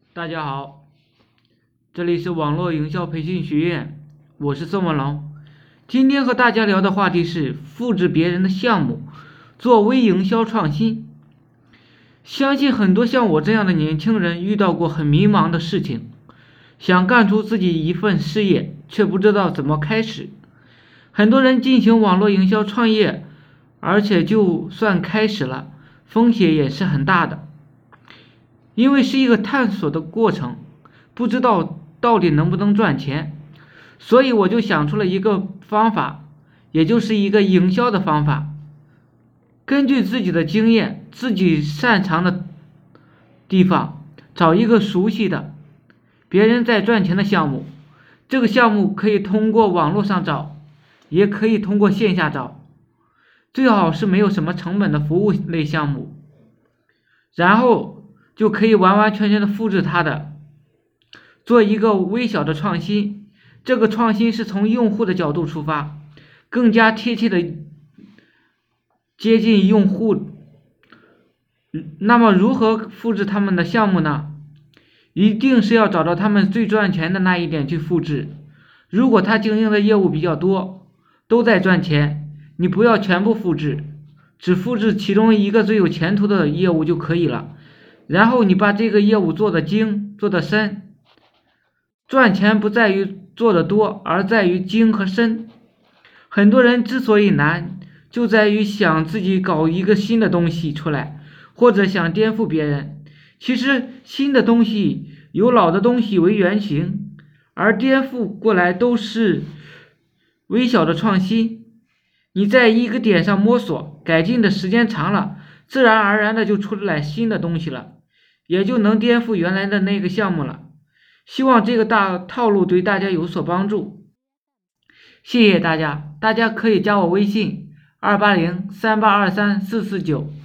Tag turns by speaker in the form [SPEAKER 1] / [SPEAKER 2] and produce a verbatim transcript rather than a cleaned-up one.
[SPEAKER 1] 大家好，这里是网络营销培训学院，我是宋文龙。今天和大家聊的话题是复制别人的项目，做微营销创新。相信很多像我这样的年轻人遇到过很迷茫的事情，想干出自己一份事业，却不知道怎么开始。很多人进行网络营销创业，而且就算开始了，风险也是很大的。因为是一个探索的过程，不知道到底能不能赚钱，所以我就想出了一个方法，也就是一个营销的方法。根据自己的经验，自己擅长的地方，找一个熟悉的别人在赚钱的项目。这个项目可以通过网络上找，也可以通过线下找，最好是没有什么成本的服务类项目，然后就可以完完全全的复制它的，做一个微小的创新。这个创新是从用户的角度出发，更加贴切的接近用户。那么如何复制他们的项目呢？一定是要找到他们最赚钱的那一点去复制。如果他经营的业务比较多，都在赚钱，你不要全部复制，只复制其中一个最有前途的业务就可以了。然后你把这个业务做得精，做得深。赚钱不在于做得多，而在于精和深。很多人之所以难，就在于想自己搞一个新的东西出来，或者想颠覆别人。其实新的东西有老的东西为原型，而颠覆过来都是微小的创新。你在一个点上摸索改进的时间长了，自然而然的就出来新的东西了，也就能颠覆原来的那个项目了。希望这个大套路对大家有所帮助。谢谢大家，大家可以加我微信二八零三八二三四四九。